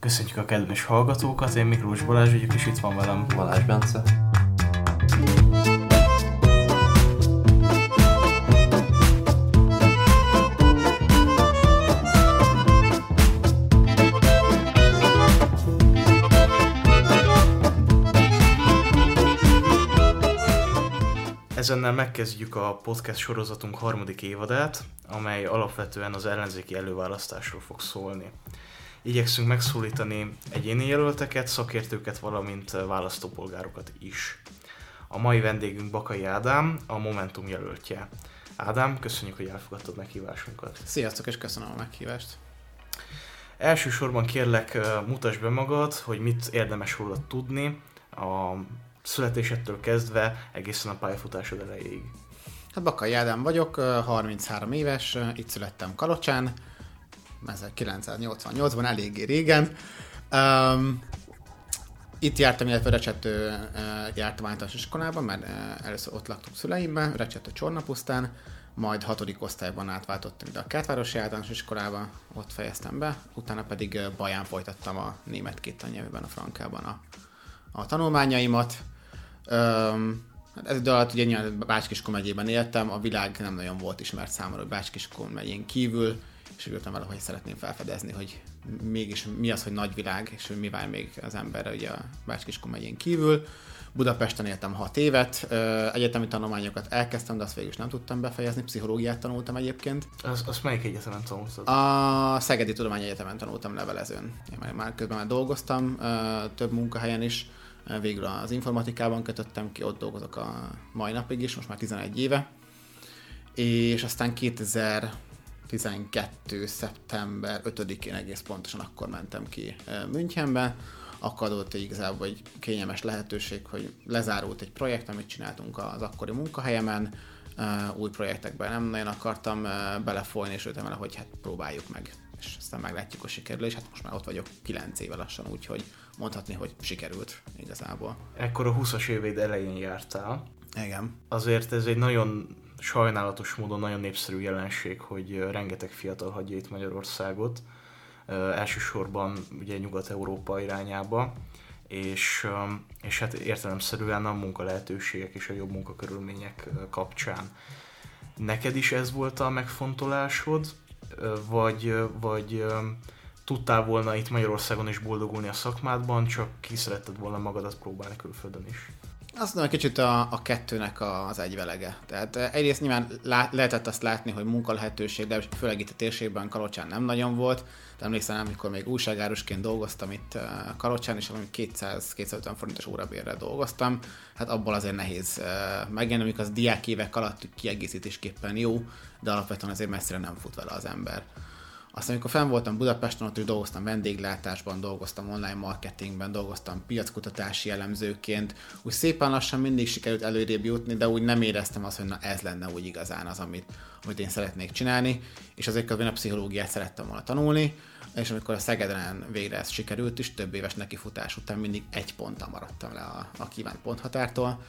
Köszönjük a kedves hallgatókat, én Miklós Balázs vagyok, és itt van velem Balázs Bence. Ezennel megkezdjük a podcast sorozatunk harmadik évadát, amely alapvetően az ellenzéki előválasztásról fog szólni. Igyekszünk megszólítani egyéni jelölteket, szakértőket, valamint választópolgárokat is. A mai vendégünk Bakai Ádám, a Momentum jelöltje. Ádám, köszönjük, hogy elfogadtad meghívásunkat. Sziasztok, és köszönöm a meghívást. Elsősorban kérlek, mutasd be magad, hogy mit érdemes rólad tudni a születésettől kezdve egészen a pályafutásod elejéig. Hát Bakai Ádám vagyok, 33 éves, itt születtem Kalocsán, 1988-ban, eléggé régen. Itt jártam, illetve Recsető jártam általános iskolában, mert először ott laktunk szüleimben, Recsető Csornapusztán, majd 6. osztályban átváltottam ide a Kertvárosi Általános Iskolába, ott fejeztem be, utána pedig Baján folytattam a német két tannyelvűben, a frankában a tanulmányaimat. Ez idő alatt ugye nyilván Bács-Kiskun megyében éltem, a világ nem nagyon volt ismert számomra, hogy Bács-Kiskun megyén kívül, és ültem vele, hogy szeretném felfedezni, hogy mégis mi az, hogy nagyvilág, és hogy mi vár még az emberre ugye a Bács-Kiskun megyén kívül. Budapesten éltem 6 évet, egyetemi tanulmányokat elkezdtem, de azt végül is nem tudtam befejezni, pszichológiát tanultam egyébként. Azt melyik egyetemen tanultad? A Szegedi Tudományegyetemen tanultam levelezőn. Én már közben már dolgoztam, több munkahelyen is, végül az informatikában kötöttem ki, ott dolgozok a mai napig is, most már 11 éve, és aztán 2012. szeptember 5-én egész pontosan akkor mentem ki Münchenbe, akkor adott igazából egy kényelmes lehetőség, hogy lezárult egy projekt, amit csináltunk az akkori munkahelyemen, új projektekben nem nagyon akartam belefolyni, és ültem vele, hogy hát próbáljuk meg, és aztán meglátjuk, hogy sikerül, és hát most már ott vagyok 9 éve lassan, úgyhogy mondhatni, hogy sikerült igazából. Ekkor a 20-as éveid elején jártál. Igen. Azért ez egy nagyon sajnálatos módon nagyon népszerű jelenség, hogy rengeteg fiatal hagyja itt Magyarországot, elsősorban ugye Nyugat-Európa irányába, és hát értelemszerűen a munkalehetőségek és a jobb munkakörülmények kapcsán. Neked is ez volt a megfontolásod, vagy tudtál volna itt Magyarországon is boldogulni a szakmádban, csak ki szeretted volna magadat próbálni külföldön is? Azt mondom, kicsit a kettőnek az egyvelege. Tehát egyrészt nyilván lehetett azt látni, hogy munkalehetőség, de főleg itt a térségben Kalocsán nem nagyon volt. De emlékszem, amikor még újságárusként dolgoztam itt Kalocsán, és valami 200-250 forintos órabérrel dolgoztam. Hát abból azért nehéz megélni, amikor az diákévek alatt kiegészítésképpen jó, de alapvetően azért messzire nem fut vele az ember. Aztán, amikor fenn voltam Budapesten, ott is dolgoztam vendéglátásban, dolgoztam online marketingben, dolgoztam piackutatási elemzőként. Úgy szépen lassan mindig sikerült előrébb jutni, de úgy nem éreztem azt, hogy na ez lenne úgy igazán az, amit én szeretnék csinálni. És azért közben a pszichológiát szerettem volna tanulni, és amikor a Szegeden végre ez sikerült is, több éves nekifutás után mindig 1 ponttal maradtam le a kívánt ponthatártól.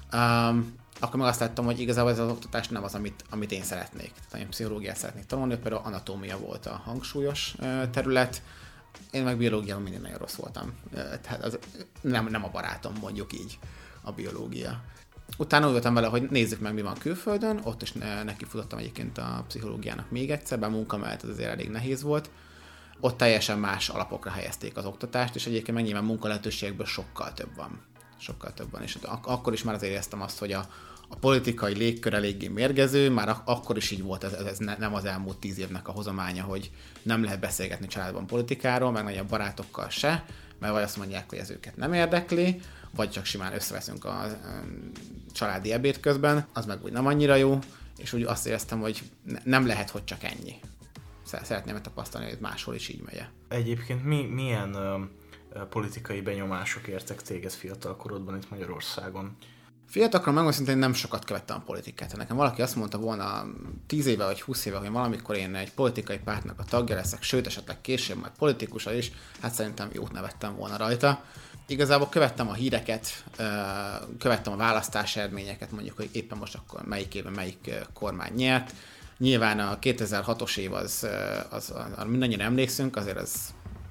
Akkor meg azt láttam, hogy igazából ez az oktatás nem az, amit én szeretnék. Tehát én pszichológiát szeretnék tanulni, például anatómia volt a hangsúlyos terület, én meg biológiában mindig nagyon rossz voltam. Tehát az nem a barátom, mondjuk így, a biológia. Utána úgy voltam vele, hogy nézzük meg, mi van külföldön, ott is nekifutottam egyébként a pszichológiának még egyszer, bár munka mellett ez azért elég nehéz volt. Ott teljesen más alapokra helyezték az oktatást, és egyébként meg nyilván munkalehetőségekből sokkal több van, és akkor is már azért éreztem azt, hogy a politikai légkör eléggé mérgező, már akkor is így volt, ez nem az elmúlt 10 évnek a hozománya, hogy nem lehet beszélgetni családban politikáról, meg nagyobb barátokkal se, mert vagy azt mondják, hogy ez őket nem érdekli, vagy csak simán összeveszünk a családi ebéd közben, az meg úgy nem annyira jó, és úgy azt éreztem, hogy nem lehet, hogy csak ennyi. Szeretném megtapasztalni, hogy máshol is így megy. Egyébként milyen politikai benyomások értek téged fiatal korodban itt Magyarországon? Fiatalokra megmondom, szintén nem sokat követtem a politikát. Nekem valaki azt mondta volna 10 éve vagy 20 éve, hogy valamikor én egy politikai pártnak a tagja leszek, sőt esetleg később majd politikus is, hát szerintem jót nevettem volna rajta. Igazából követtem a híreket, követtem a választási eredményeket, mondjuk, hogy éppen most akkor melyik évben melyik kormány nyert. Nyilván a 2006-os év az mindannyian emlékszünk, azért az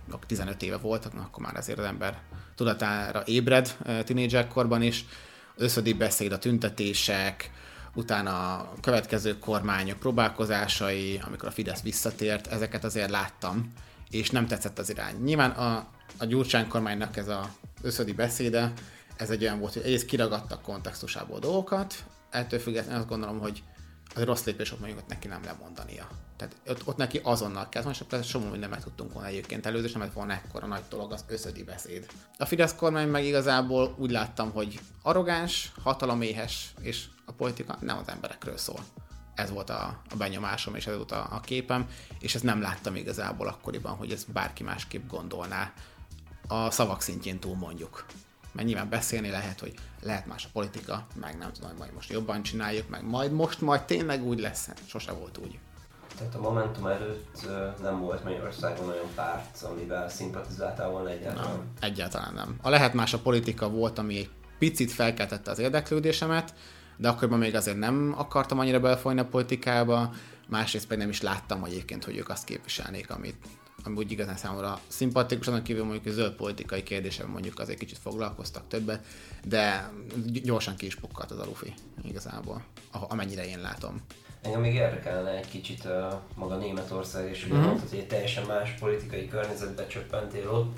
15 éve voltak, akkor már azért az ember tudatára ébred tinédzserkorban is. Az összödi beszéd, a tüntetések, utána a következő kormányok próbálkozásai, amikor a Fidesz visszatért, ezeket azért láttam, és nem tetszett az irány. Nyilván a Gyurcsány kormánynak ez az összödi beszéde, ez egy olyan volt, hogy egyrészt kiragadtak kontextusából dolgokat, ettől függetlenül azt gondolom, hogy az rossz lépés ott mondjuk neki nem lemondania. Tehát ott neki azonnal kell, és persze somó minden meg tudtunk volna egyébként előző, és nem lett volna ekkora nagy dolog az összödi beszéd. A Fidesz kormány meg igazából úgy láttam, hogy arrogáns, hataloméhes, és a politika nem az emberekről szól. Ez volt a benyomásom, és ez volt a képem, és ezt nem láttam igazából akkoriban, hogy ezt bárki másképp gondolná. A szavak szintjén túl mondjuk. Mert nyilván beszélni lehet, hogy lehet más a politika, meg nem tudom, majd most jobban csináljuk, meg majd tényleg úgy lesz, sose volt úgy. Tehát a Momentum előtt nem volt Magyarországon olyan párt, amivel szimpatizáltál volna egyáltalán? Nem, egyáltalán nem. A lehet más a politika volt, ami egy picit felkeltette az érdeklődésemet, de akkoriban még azért nem akartam annyira belfolyni a politikába, másrészt pedig nem is láttam egyébként, hogy ők azt képviselnék, ami úgy igazán számomra szimpatikus, annak kívül mondjuk a zöld politikai kérdésben mondjuk azért kicsit foglalkoztak többet, de gyorsan ki is pukkant az a lufi igazából, amennyire én látom. Engem még érdekelne egy kicsit maga Németország, és ugye mondtad, hogy egy teljesen más politikai környezetbe csöppentél ott.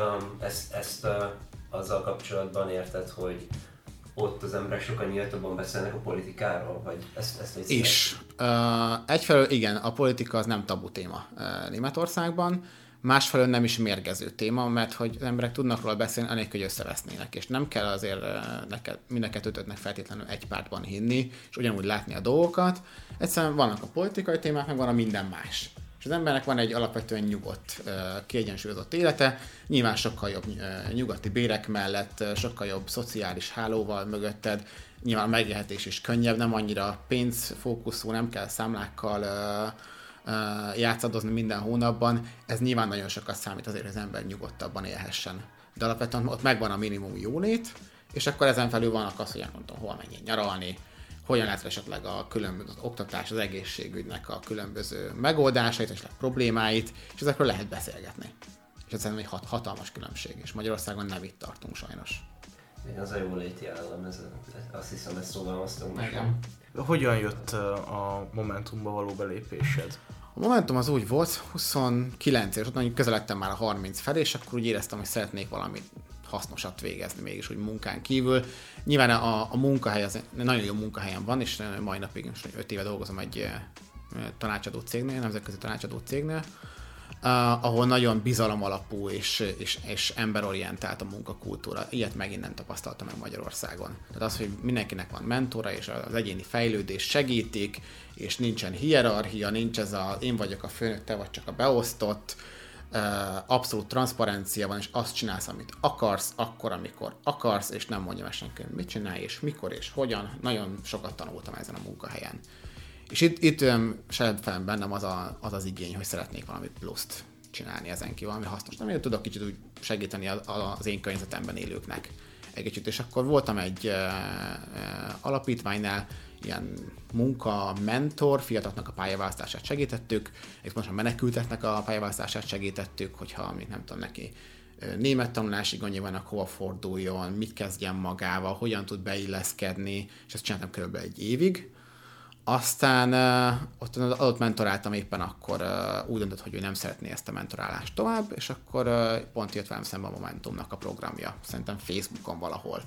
Ezt azzal kapcsolatban érted, hogy ott az emberek sokkal nyíltabban beszélnek a politikáról, vagy ezt is. Egyfelől igen, a politika az nem tabu téma Németországban, másfelől nem is mérgező téma, mert hogy az emberek tudnak róla beszélni, anélkül, hogy összevesznének, és nem kell azért mind a kettőtöknek feltétlenül egy pártban hinni, és ugyanúgy látni a dolgokat. Egyszerűen vannak a politikai témák, meg van a minden más. És az embernek van egy alapvetően nyugodt, kiegyensúlyozott élete, nyilván sokkal jobb nyugati bérek mellett, sokkal jobb szociális hálóval mögötted, nyilván a megélhetés is könnyebb, nem annyira pénzfókuszú, nem kell számlákkal játszadozni minden hónapban, ez nyilván nagyon sokat számít azért, hogy az ember nyugodtabban élhessen. De alapvetően ott megvan a minimum jólét, és akkor ezen felül vannak az, hogy nem tudom, hol menjen nyaralni, hogyan lehet esetleg a különböző oktatás, az egészségügynek a különböző megoldásait, és problémáit, és ezekről lehet beszélgetni. És ez szerintem egy hatalmas különbség, és Magyarországon nem itt tartunk sajnos. Igen, az a jóléti állam, azt hiszem, ezt fogalmaztunk meg. Hogyan jött a Momentumba való belépésed? A Momentum az úgy volt, 29 éves, ott közeledtem már a 30 felé, és akkor úgy éreztem, hogy szeretnék valamit hasznosat végezni mégis úgy munkán kívül. Nyilván a munkahely, az nagyon jó munkahelyen van, és mai napig most 5 éve dolgozom egy tanácsadó cégnél, nemzetközi tanácsadó cégnél, ahol nagyon bizalom alapú és emberorientált a munkakultúra. Ilyet megint nem tapasztaltam meg Magyarországon. Tehát az, hogy mindenkinek van mentora, és az egyéni fejlődés segítik, és nincsen hierarchia, nincs ez én vagyok a főnök, te vagy csak a beosztott, abszolút transzparencia van, és azt csinálsz, amit akarsz, akkor, amikor akarsz, és nem mondja meg senki, mit csinálj, és mikor, és hogyan. Nagyon sokat tanultam ezen a munkahelyen. És itt sem bennem az igény, hogy szeretnék valami pluszt csinálni ezen ki, valami hasznos. Nem, én tudok kicsit úgy segíteni az én környezetemben élőknek egy kicsit. És akkor voltam egy alapítványnál, ilyen mentor, fiataloknak a pályaválasztását segítettük, és most a menekülteknek a pályaválasztását segítettük, hogyha nem tudom neki német tanulási gondja vannak, hova forduljon, mit kezdjen magával, hogyan tud beilleszkedni, és ezt csináltam kb. Egy évig. Aztán ott az adott mentoráltam éppen akkor úgy döntött, hogy ő nem szeretné ezt a mentorálást tovább, és akkor pont jött velem szemben a Momentumnak a programja, szerintem Facebookon valahol.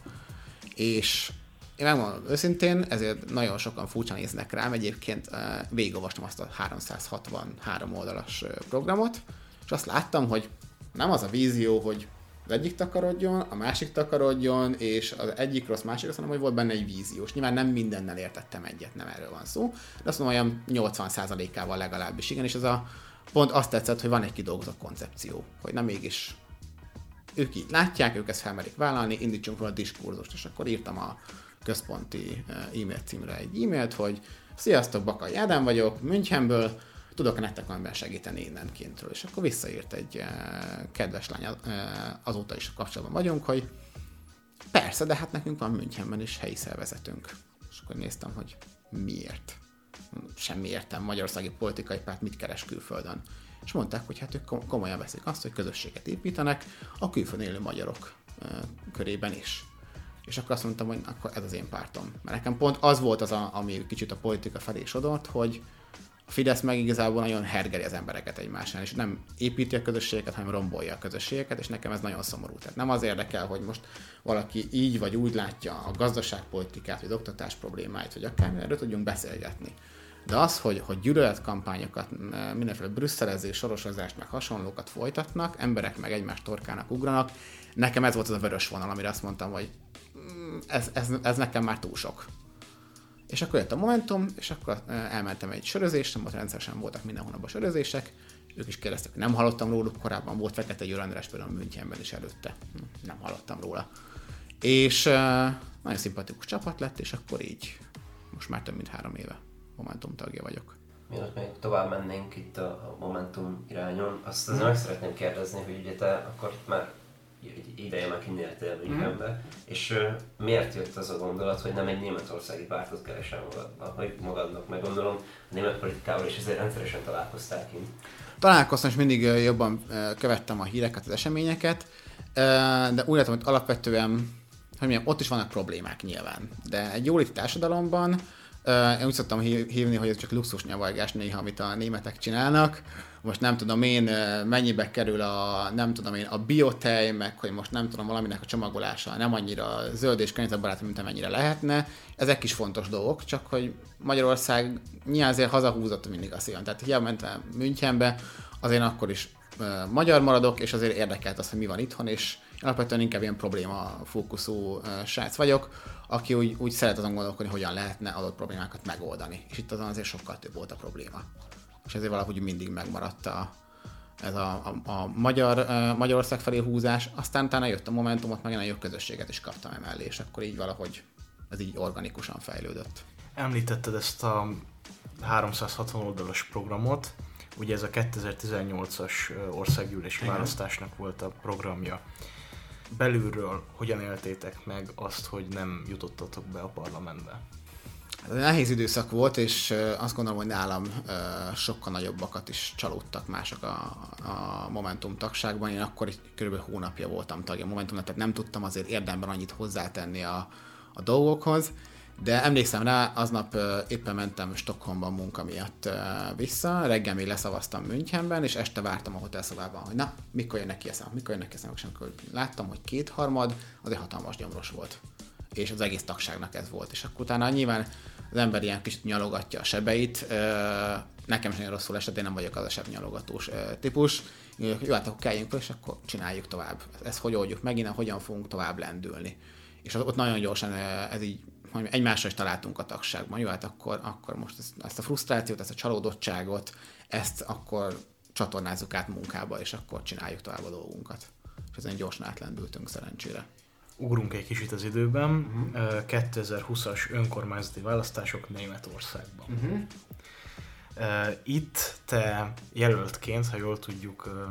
És én megmondom őszintén, ezért nagyon sokan furcsán néznek rám, egyébként végigolvastam azt a 363 oldalas programot, és azt láttam, hogy nem az a vízió, hogy az egyik takarodjon, a másik takarodjon, és az egyik rossz, másik rossz, hanem hogy volt benne egy vízió. És nyilván nem mindennel értettem egyet, nem erről van szó, de azt mondom, olyan 80%-ával legalábbis igen, és pont azt tetszett, hogy van egy kidolgozott koncepció, hogy nem mégis ők így látják, ők ezt felmerik vállalni, indítsunk róla a diskurzust, és akkor írtam a központi e-mail címre egy e-mailt, hogy sziasztok, Bakai Ádám vagyok, Münchenből, tudok-e nektek valamiben segíteni innen kintről? És akkor visszaírt egy kedves lány, azóta is kapcsolatban vagyunk, hogy persze, de hát nekünk van Münchenben is helyi szervezetünk. És akkor néztem, hogy miért. Semmi értem, magyarországi politikai párt mit keres külföldön. és mondták, hogy hát ők komolyan veszik azt, hogy közösséget építenek a külföldön élő magyarok körében is. És akkor azt mondtam, hogy akkor ez az én pártom. Mert nekem pont az volt az, ami kicsit a politika felé sodort, hogy a Fidesz meg igazából nagyon hergeli az embereket egymásán, és nem építi a közösségeket, hanem rombolja a közösségeket, és nekem ez nagyon szomorú. Tehát nem az érdekel, hogy most valaki így vagy úgy látja a gazdaságpolitikát, vagy az oktatás problémáit, vagy akármi, erről tudjunk beszélgetni. De az, hogy gyűlöletkampányokat, mindenféle brüsszelezés, sorosozást, meg hasonlókat folytatnak, emberek meg egymás torkának ugranak, nekem ez volt az a vörös vonal, amire azt mondtam, hogy ez nekem már túl sok. És akkor jött a Momentum, és akkor elmentem egy sörözésre, most rendszeresen voltak minden hónapban sörözések, ők is kérdeztek, hogy nem hallottam róluk, korábban volt Fekete Győr András például Münchenben is előtte, nem hallottam róla. És nagyon szimpatikus csapat lett, és akkor így most már több mint 3 éve Momentum tagja vagyok. Mielőtt még tovább mennénk itt a Momentum irányon, azt azért meg szeretném kérdezni, hogy ugye te akkor már egy ideje már kinéltél Münchenbe, és miért jött az a gondolat, hogy nem egy németországi pártot keresel magadnak? Meg gondolom, a német politikával is ezért rendszeresen találkoztál kint. Találkoztam, és mindig jobban követtem a híreket, az eseményeket, de úgy látom, hogy alapvetően, hogy mondjam, ott is vannak problémák nyilván. De egy jóléti társadalomban én úgy szoktam hívni, hogy ez csak luxus nyavalgás néha, amit a németek csinálnak. Most nem tudom én, mennyibe kerül a biotej, meg hogy most nem tudom, valaminek a csomagolása nem annyira zöld és környezetbarát, mint amennyire lehetne. Ezek is fontos dolgok, csak hogy Magyarország nyilván azért hazahúzott mindig a szívem. Tehát hiába mentem Münchenbe, azért akkor is magyar maradok, és azért érdekelt az, hogy mi van itthon, és alapvetően inkább ilyen probléma fókuszú srác vagyok, aki úgy szeret azon gondolkodni, hogyan lehetne adott problémákat megoldani. És itt azon azért sokkal több volt a probléma. És ezért valahogy mindig megmaradt ez a Magyarország felé húzás. Aztán utána jött a Momentumot, meg egy jobb közösséget is kaptam emellé, és akkor így valahogy ez így organikusan fejlődött. Említetted ezt a 360 oldalas programot, ugye ez a 2018-as országgyűlési választásnak volt a programja. Belülről hogyan éltétek meg azt, hogy nem jutottatok be a parlamentbe? Ez egy nehéz időszak volt, és azt gondolom, hogy nálam sokkal nagyobbakat is csalódtak mások a Momentum tagságban. Én akkor kb. Hónapja voltam tagja a Momentumnak, tehát nem tudtam azért érdemben annyit hozzátenni a dolgokhoz. De emlékszem rá, aznap éppen mentem Stockholmban munka miatt vissza, reggel még leszavaztam Münchenben, és este vártam a hotelszobában, hogy na, mikor jönnek ki a számok, és amikor láttam, hogy 2/3, az egy hatalmas gyomros volt. És az egész tagságnak ez volt. És akkor utána nyilván az ember ilyen kicsit nyalogatja a sebeit, nekem is nagyon rosszul esett, én nem vagyok az a sebnyalogatós típus. Jó, hát akkor kelljünk fel, és akkor csináljuk tovább. Ezt hogy oldjuk meg, innen hogyan fogunk tovább lendülni. És ott nagyon gyorsan ez így egymásra is találtunk a tagságban. Jó, hát akkor most ezt a frusztrációt, ezt a csalódottságot, ezt akkor csatornázzuk át munkába, és akkor csináljuk tovább a dolgunkat. És ezen gyorsan átlendültünk szerencsére. Ugrunk egy kicsit az időben. 2020-as önkormányzati választások Németországban. Itt te jelöltként, ha jól tudjuk,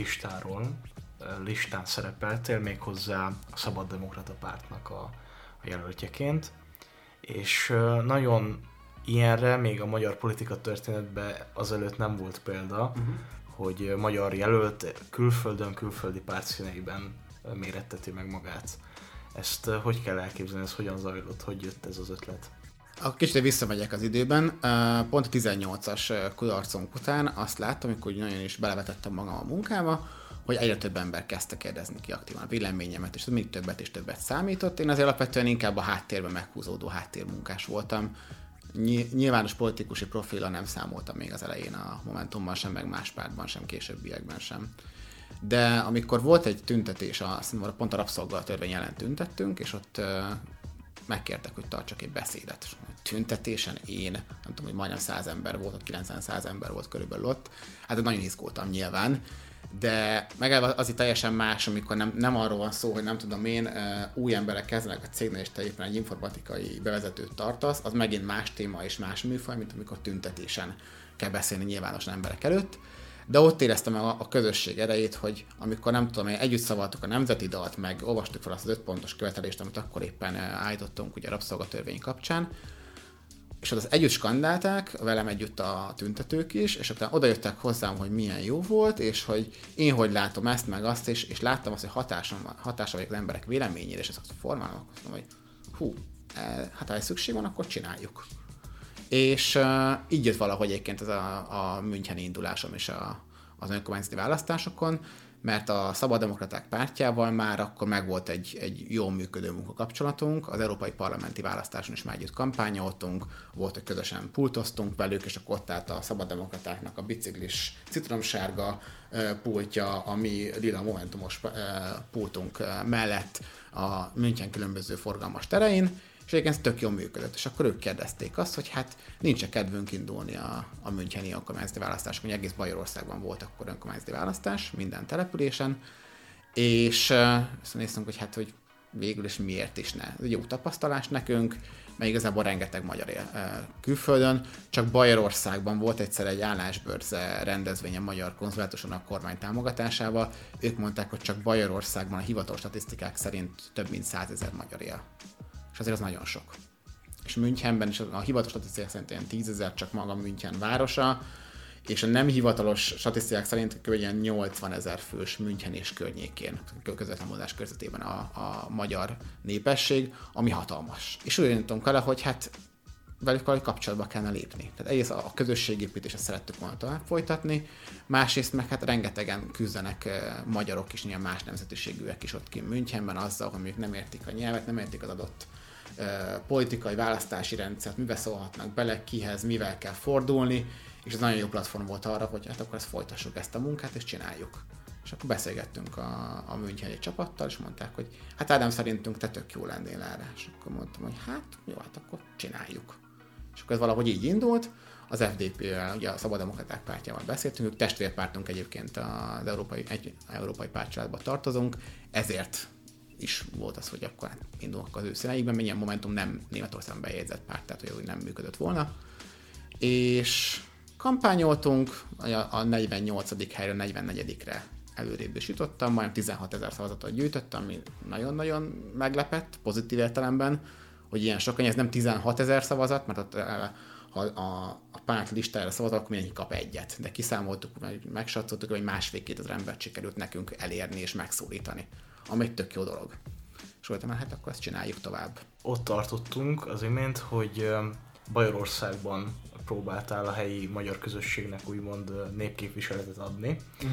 listán szerepeltél, méghozzá a Szabaddemokrata Pártnak a jelöltjeként, és nagyon ilyenre még a magyar politika történetben azelőtt nem volt példa, hogy magyar jelölt külföldi pártszíneiben méretteti meg magát. Ezt hogy kell elképzelni, ez hogyan zajlott, hogy jött ez az ötlet? Kicsit visszamegyek az időben, pont a 18-as kudarcunk után azt láttam, amikor nagyon is belevetettem magam a munkába, hogy egyre több ember kezdte kérdezni ki aktívan a véleményemet, és ez még többet és többet számított. Én azért alapvetően inkább a háttérben meghúzódó háttérmunkás voltam. Nyilvános politikusi profilra nem számoltam még az elején a Momentumban sem, meg más pártban sem, későbbiekben sem. De amikor volt egy tüntetés, pont a rabszolgatörvény ellen tüntettünk, és ott megkértek, hogy tartsak egy beszédet. Tüntetésen én, nem tudom, hogy majdnem 100 ember volt, 90-100 ember volt körülbelül ott. Hát nagyon izgultam nyilván. De meg az itt teljesen más, amikor nem arról van szó, hogy nem tudom én, új emberek kezdenek a cégnél, és te éppen egy informatikai bevezetőt tartasz, az megint más téma és más műfaj, mint amikor tüntetésen kell beszélni nyilvánosan emberek előtt. De ott éreztem meg a közösség erejét, hogy amikor nem tudom én, együtt szavaltuk a nemzeti dalt, meg olvastuk fel azt az 5 pontos követelést, amit akkor éppen állítottunk ugye a rabszolgatörvény kapcsán, és az együtt skandálták, velem együtt a tüntetők is, és utána odajöttek hozzám, hogy milyen jó volt, és hogy én hogy látom ezt, meg azt, és láttam azt, hogy hatása vagyok az emberek véleményére, és ezt formálom, azt mondom, hogy hát ha ez szükség van, akkor csináljuk. És így jött valahogy egyébként ez a müncheni indulásom is az önkormányzati választásokon, mert a Szabaddemokraták pártjával már akkor megvolt egy jól működő munkakapcsolatunk, az európai parlamenti választáson is már együtt kampányoltunk, volt, hogy közösen pultoztunk velük, és akkor ott állt a Szabaddemokratáknak a biciklis citromsárga pultja, a mi lila momentumos pultunk mellett a München különböző forgalmas terein, és egyébként ez tök jól működött. És akkor ők kérdezték azt, hogy hát nincs kedvünk indulni a müncheni önkormányzati választások, hogy egész Bajorországban volt akkor önkormányzati választás, minden településen, és azt néztünk, hogy hát, hogy végül is miért is ne. Ez egy jó tapasztalás nekünk, mert igazából rengeteg magyar él külföldön, csak Bajorországban volt egyszer egy állásbörze rendezvény a magyar konzulátuson a kormány támogatásával, ők mondták, hogy csak Bajorországban a hivatalos statisztikák szerint több mint 100 000 magyar él. És azért az nagyon sok. És Münchenben is a hivatalos statisztikák szerint ilyen 10 000 csak maga München városa, és a nem hivatalos statisztikák szerint kb. 80 000 fős München és környékén, közvetlen mozgás körzetében a magyar népesség, ami hatalmas. És úgy jöttünk vele, hogy hát velük valahogy kapcsolatba kellene lépni. Tehát egyrészt a közösségépítést szerettük volna tovább folytatni, másrészt meg hát rengetegen küzdenek magyarok is, ilyen más nemzetiségűek is ott kint Münchenben azzal, hogy nem értik a nyelvet, nem értik az adott politikai választási rendszert, mivel szólhatnak bele, kihez, mivel kell fordulni, és ez nagyon jó platform volt arra, hogy hát akkor ezt folytassuk ezt a munkát, és csináljuk. És akkor beszélgettünk a müncheni csapattal, és mondták, hogy hát Ádám, szerintünk te tök jó lennél erre. És akkor mondtam, hogy hát jó, hát akkor csináljuk. És akkor ez valahogy így indult, az FDP-vel, ugye a Szabaddemokraták pártjával beszéltünk, ők testvérpártunk egyébként az európai pártcsaládba tartozunk, ezért is volt az, hogy akkor indulunk az ő színeikben, mert ilyen Momentum nem Németországban bejegyzett párt, tehát hogy ez úgy nem működött volna. És kampányoltunk, a 48. helyre, 44-re előrébb is jutottam, majdnem 16 000 szavazatot gyűjtöttem, ami nagyon-nagyon meglepett, pozitív értelemben, hogy ilyen sokan, ez nem 16 000 szavazat, mert ott, ha a párt listájára szavazat, akkor mindenki kap egyet. De kiszámoltuk, megsatszoltuk, hogy 1,5-2 ezer embert sikerült nekünk elérni és megszólítani, ami egy tök jó dolog. És voltam, hát akkor ezt csináljuk tovább. Ott tartottunk az imént, hogy Bajorországban próbáltál a helyi magyar közösségnek úgymond népképviseletet adni,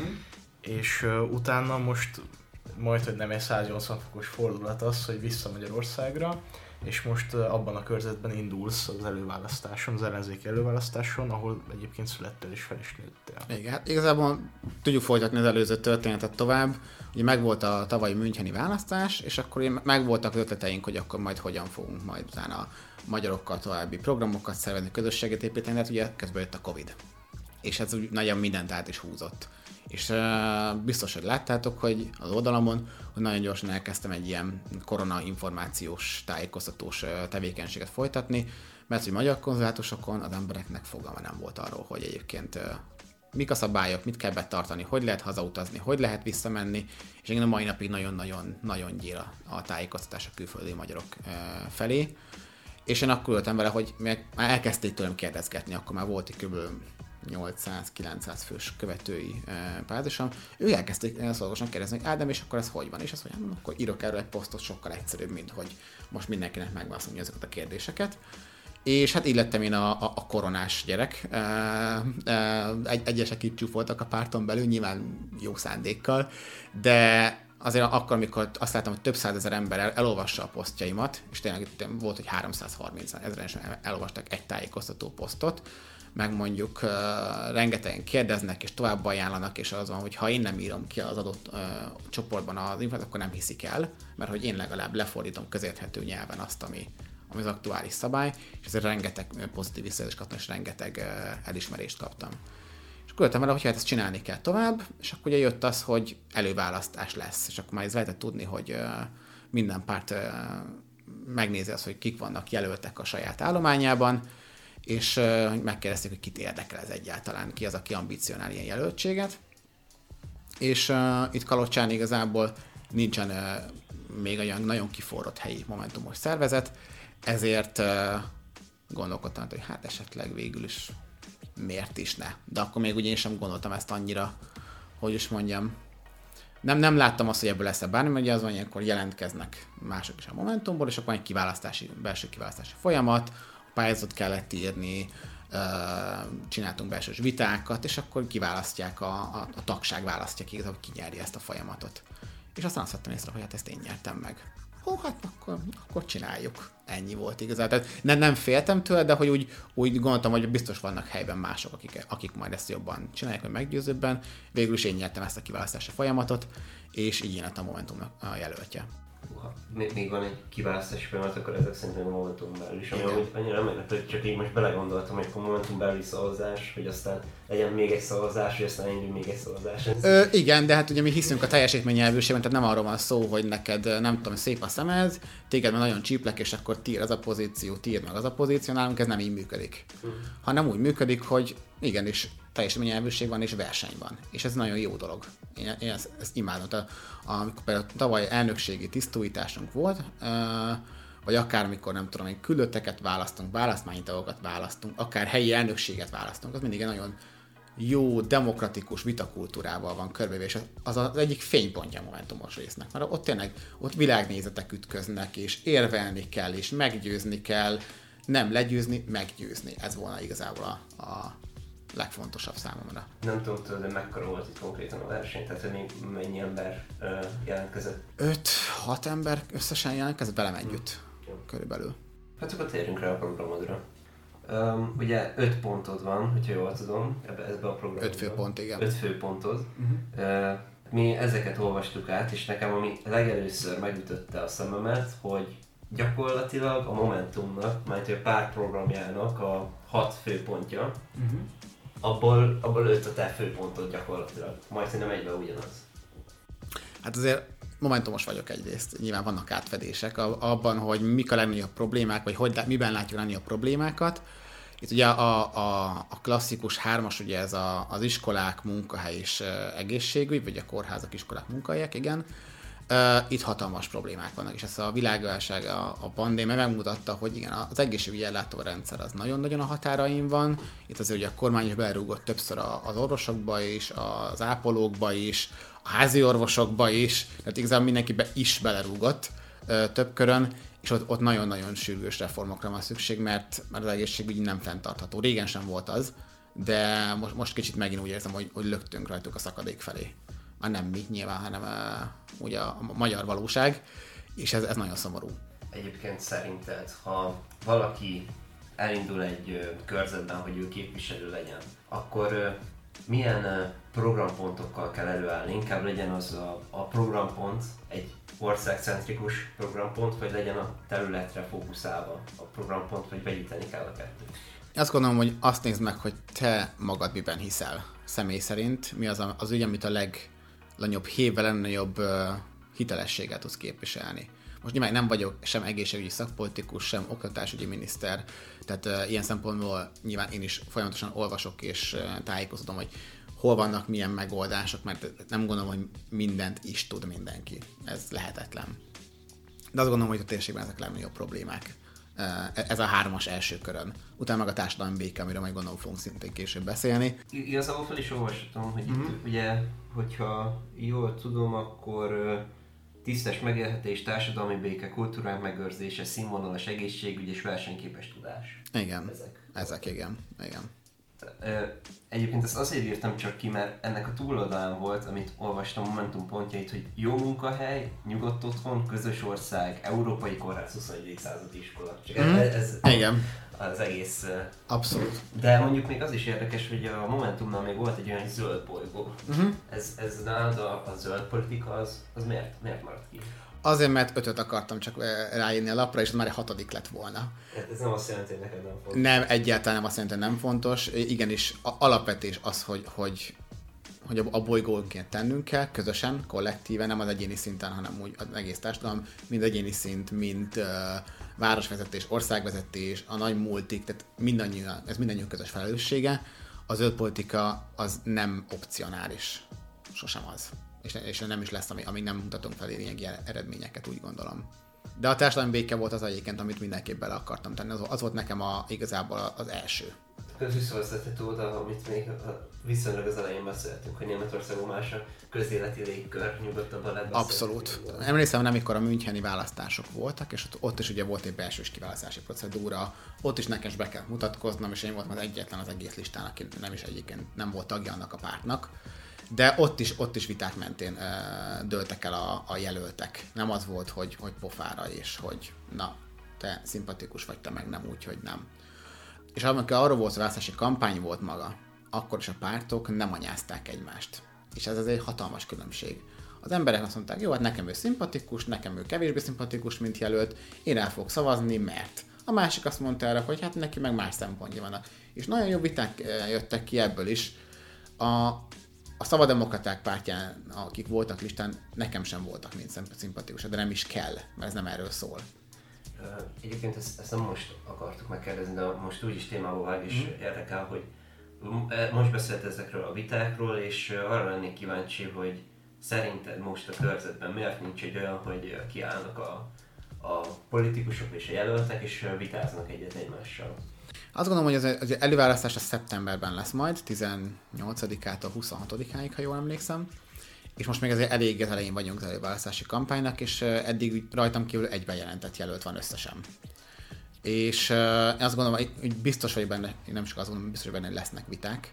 és utána most majdhogy nem egy 180 fokos fordulat az, hogy vissza Magyarországra, és most abban a körzetben indulsz az előválasztáson, az ellenzéki előválasztáson, ahol egyébként születtél és fel is nőttél. Igen, hát igazából tudjuk folytatni az előző történetet tovább. Ugye megvolt a tavalyi müncheni választás, és akkor megvoltak az ötleteink, hogy akkor majd hogyan fogunk majd utána a magyarokkal további programokat szervezni, közösséget építeni, de ugye közben jött a Covid. És ez úgy nagyon mindent át is húzott. És biztos, hogy láttátok, hogy az oldalamon, hogy nagyon gyorsan elkezdtem egy ilyen korona információs, tájékoztatós tevékenységet folytatni, mert hogy magyar konzulátusokon az embereknek fogalma nem volt arról, hogy egyébként mik a szabályok, mit kell betartani, hogy lehet hazautazni, hogy lehet visszamenni, és én a mai napig nagyon gyél a tájékoztatás a külföldi magyarok felé. És én akkor ültem vele, hogy már elkezdték tőlem kérdezgetni, akkor már volt kb. 800-900 fős követői pártosan. Ők elkezdték szolgosan kérdezni, hogy Ádám, és akkor ez hogy van? És azt mondja, akkor írok erről egy posztot, sokkal egyszerűbb, mint hogy most mindenkinek megválaszolni ezeket a kérdéseket. És hát így lettem én a koronás gyerek. Egyesek itt csúfoltak a párton belül, nyilván jó szándékkal, de azért akkor, amikor azt láttam, hogy több százezer ember elolvassa a posztjaimat, és tényleg volt, hogy 330 000 elolvastak egy tájékoztató posztot, meg mondjuk rengetegen kérdeznek és tovább ajánlanak, és az van, hogy ha én nem írom ki az adott csoportban az infót, akkor nem hiszik el, mert hogy én legalább lefordítom közérthető nyelven azt, ami az aktuális szabály, és ezért rengeteg pozitív visszajelzést kaptam, és rengeteg elismerést kaptam. És akkor jöttem vele, hogy hát ezt csinálni kell tovább, és akkor ugye jött az, hogy előválasztás lesz, és akkor már ez lehetett tudni, hogy minden párt megnézi azt, hogy kik vannak jelöltek a saját állományában, és megkérdezték, hogy kit érdekel ez egyáltalán, ki az, aki ambicionál ilyen jelöltséget. És itt Kalocsán igazából nincsen még olyan nagyon kiforrott helyi momentumos szervezet, ezért gondolkodtam, hogy hát esetleg végül is miért is ne. De akkor még ugye én sem gondoltam ezt annyira, hogy is mondjam, nem láttam azt, hogy ebből lesz bármi, ugye az van, ilyenkor jelentkeznek mások is a Momentumból, és akkor egy belső kiválasztási folyamat, a pályázatot kellett írni, csináltunk belsős vitákat, és akkor kiválasztják, a tagság választja ki, hogy ki nyeri ezt a folyamatot. És aztán azt vettem észre, hogy hát ezt én nyertem meg. Hát akkor csináljuk. Ennyi volt igazán. Tehát nem féltem tőle, de hogy úgy gondoltam, hogy biztos vannak helyben mások, akik majd ezt jobban csinálják, vagy meggyőzőbben. Végül is én nyertem ezt a kiválasztási folyamatot, és így én lettem a Momentumnak a jelöltje. Még van egy kiválasztási folyamat, akkor ezek szerintem a Momentum belül is, ami annyira nem meglepő, hogy csak így most belegondoltam, hogy a Momentum belüli szavazás, hogy aztán legyen még egy szavazás, hogy aztán indul még egy szavazás. Igen, de hát ugye mi hiszünk a teljesítménynyelvűségben, tehát nem arról van szó, hogy neked nem tudom, szép a szemed, téged már nagyon csíplek, és akkor tiéd az a pozíció, tiéd meg az a pozíció, nálunk ez nem így működik. Hanem úgy működik, hogy igenis teljesítménynyelvűség van és verseny van. És ez nagyon jó dolog. Én ezt imádom. Amikor például tavaly elnökségi tisztújításunk volt, vagy akár amikor nem tudom, hogy küldötteket választunk, választmányi tagokat választunk, akár helyi elnökséget választunk, az mindig egy nagyon jó, demokratikus vitakultúrával van körbevéve, és az az egyik fénypontja a Momentumos résznek. Mert ott tényleg világnézetek ütköznek, és érvelni kell, és meggyőzni kell, nem legyőzni, meggyőzni. Ez volna igazából a legfontosabb számomra. Nem tudom tőle, de mekkora volt itt konkrétan a verseny, tehát hogy mennyi ember jelentkezett? 5-6 ember összesen jelentkezett velem együtt, körülbelül. Hát akkor térjünk rá a programodra. Ugye 5 pontod van, hogyha jól tudom, ebbe a programodban. 5 főpont, igen. 5 főpontod. Mi ezeket olvastuk át, és nekem ami legelőször megütötte a szememet, hogy gyakorlatilag a Momentumnak, majd a pártprogramjának a 6 főpontja, abból 5 a te főpontod gyakorlatilag. Majd nem egyben ugyanaz. Hát azért momentumos vagyok egyrészt. Nyilván vannak átfedések abban, hogy mik a legnagyobb problémák, vagy miben látjuk a legnagyobb problémákat. Itt ugye a klasszikus 3-as, ugye ez az iskolák, munkahely és egészségügy, vagy a kórházak, iskolák, munkahelyek, igen. Itt hatalmas problémák vannak, és ez a világválság, a pandémia megmutatta, hogy igen, az egészségügyi ellátórendszer az nagyon-nagyon a határain van. Itt azért ugye a kormány is belerúgott többször az orvosokba is, az ápolókba is, a házi orvosokba is, tehát igazából mindenkibe is belerúgott több körön, és ott nagyon-nagyon sürgős reformokra van szükség, mert az egészségügy nem fenntartható. Régen sem volt az, de most kicsit megint úgy érzem, hogy löktünk rajtuk a szakadék felé. Nem mi nyilván, hanem ugye a magyar valóság, és ez nagyon szomorú. Egyébként szerinted, ha valaki elindul egy körzetben, hogy ő képviselő legyen, akkor milyen programpontokkal kell előállni? Inkább legyen az a programpont egy országcentrikus programpont, vagy legyen a területre fókuszálva a programpont, vagy vegyíteni kell a kettőt? Azt gondolom, hogy azt nézd meg, hogy te magad miben hiszel személy szerint, mi az ügy, amit a legnagyobb hévvel, legnagyobb hitelességet tudsz képviselni. Most nyilván nem vagyok sem egészségügyi szakpolitikus, sem oktatásügyi miniszter, tehát ilyen szempontból nyilván én is folyamatosan olvasok és tájékozódom, hogy hol vannak milyen megoldások, mert nem gondolom, hogy mindent is tud mindenki. Ez lehetetlen. De azt gondolom, hogy a térségben ezek a legnagyobb problémák. Ez a 3-as első körön. Utána meg a társadalmi béke, amiről majd gondolom fogunk szintén később beszélni. Igazából fel is olvastam, hogy itt ugye, hogyha jól tudom, akkor tisztes megélhetés, társadalmi béke, kultúránk megőrzése, színvonalas egészségügy és versenyképes tudás. Igen, ezek igen. Egyébként ezt azért írtam csak ki, mert ennek a túloldalán volt, amit olvastam a Momentum pontjait, hogy jó munkahely, nyugodt otthon, közös ország, európai kórház, 21. századi iskola. Csak ez igen. Az egész... Abszolút. De mondjuk még az is érdekes, hogy a Momentumnál még volt egy olyan zöld bolygó. Ez nálad a zöld politika, az miért maradt ki? Azért, mert 5-öt akartam csak ráírni a lapra, és már egy 6. lett volna. Ez nem azt jelenti, hogy neked nem fontos. Nem, egyáltalán nem azt jelenti, hogy nem fontos. Igenis, alapvetés az, hogy a bolygónként tennünk kell, közösen, kollektíven, nem az egyéni szinten, hanem úgy az egész társadalom, mind egyéni szint, mind városvezetés, országvezetés, a nagy multik, tehát ez mindannyiunk közös felelőssége. A zöld politika az nem opcionális. Sosem az. És nem is lesz, amíg nem mutatunk fel lényegi eredményeket, úgy gondolom. De a társadalmi béke volt az egyébként, amit mindenképp bele akartam tenni. Az volt nekem igazából az első. Ez visszavezethető oda, amit még viszonylag az elején beszéltünk, hogy Németországon más a közéleti légkör, nyugodtabban lehet beszélni. Abszolút. Emlékszem, amikor a müncheni választások voltak, és ott is ugye volt egy belsős kiválasztási procedúra, ott is nekem is be kellett mutatkoznom, és én voltam az egyetlen az egész listán, aki nem is egyébként nem volt tagja annak a pártnak. De ott is viták mentén dőltek el a jelöltek. Nem az volt, hogy pofára, és hogy na, te szimpatikus vagy, te meg nem, úgyhogy nem. És amikor arról volt, hogy választási kampány volt maga, akkor is a pártok nem anyázták egymást. És ez egy hatalmas különbség. Az emberek azt mondták, jó, hát nekem ő szimpatikus, nekem ő kevésbé szimpatikus, mint jelölt, én el fogok szavazni, mert. A másik azt mondta erre, hogy hát neki meg más szempontja vannak. És nagyon jó viták jöttek ki ebből is. A szabaddemokraták pártján, akik voltak listán, nekem sem voltak mind szimpatikusak, de nem is kell, mert ez nem erről szól. Egyébként ezt nem most akartuk megkérdezni, de most úgyis témába vág, és érdekel, hogy most beszélt ezekről a vitákról, és arra lennék kíváncsi, hogy szerinted most a körzetben miért nincs egy olyan, hogy kiállnak a politikusok és a jelöltek, és vitáznak egyet egymással? Azt gondolom, hogy az előválasztás a szeptemberben lesz majd, 18-ától 26-áig, ha jól emlékszem. És most még azért elég elején vagyunk az előválasztási kampánynak, és eddig rajtam kívül egy bejelentett jelölt van összesen. És azt gondolom, hogy biztos vagyok benne, nem csak azt gondolom, biztos vagyok benne, hogy lesznek viták,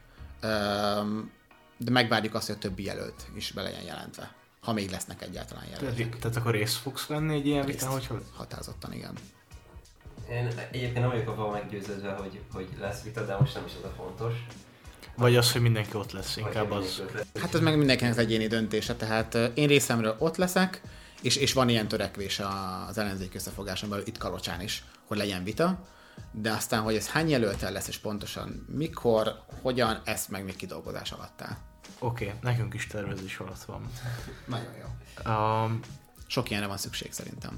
de megvárjuk azt, hogy a többi jelölt is be legyen jelentve, ha még lesznek egyáltalán jelöltek. Tehát akkor részt fogsz venni egy ilyen vitán, hogy határozottan, igen. Én egyébként nem vagyok abban meggyőződve, hogy lesz vita, de most nem is az a fontos. Vagy az, hogy mindenki ott lesz, inkább az. Hát ez meg mindenkinek az egyéni döntése, tehát én részemről ott leszek, és van ilyen törekvés az ellenzék összefogáson belül itt Kalocsán is, hogy legyen vita, de aztán, hogy ez hány jelöltel lesz, és pontosan mikor, hogyan, ezt meg még kidolgozás alatt áll. Oké, nekünk is tervezés alatt van. Nagyon jó. Sok ilyenre van szükség szerintem.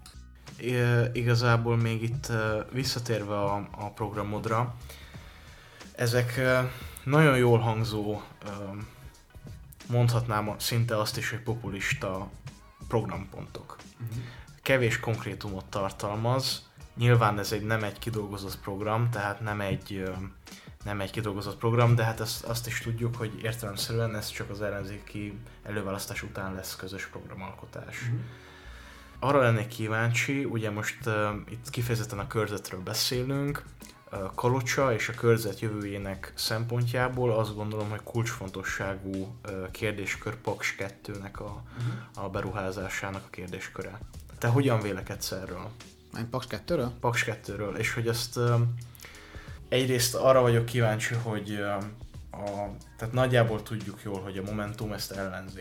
Igazából még itt visszatérve a programodra, ezek nagyon jól hangzó, mondhatnám szinte azt is, hogy populista programpontok. Kevés konkrétumot tartalmaz, nyilván ez nem egy kidolgozott program, tehát nem egy kidolgozott program, de hát azt is tudjuk, hogy értelemszerűen ez csak az ellenzéki előválasztás után lesz közös programalkotás. Arra lennék kíváncsi, ugye most itt kifejezetten a körzetről beszélünk, Kalocsa és a körzet jövőjének szempontjából azt gondolom, hogy kulcsfontosságú kérdéskör Paks 2-nek a beruházásának a kérdésköre. Te hogyan vélekedsz erről? Paks 2-ről? Paks 2-ről, és hogy ezt egyrészt arra vagyok kíváncsi, hogy tehát nagyjából tudjuk jól, hogy a Momentum ezt ellenzi.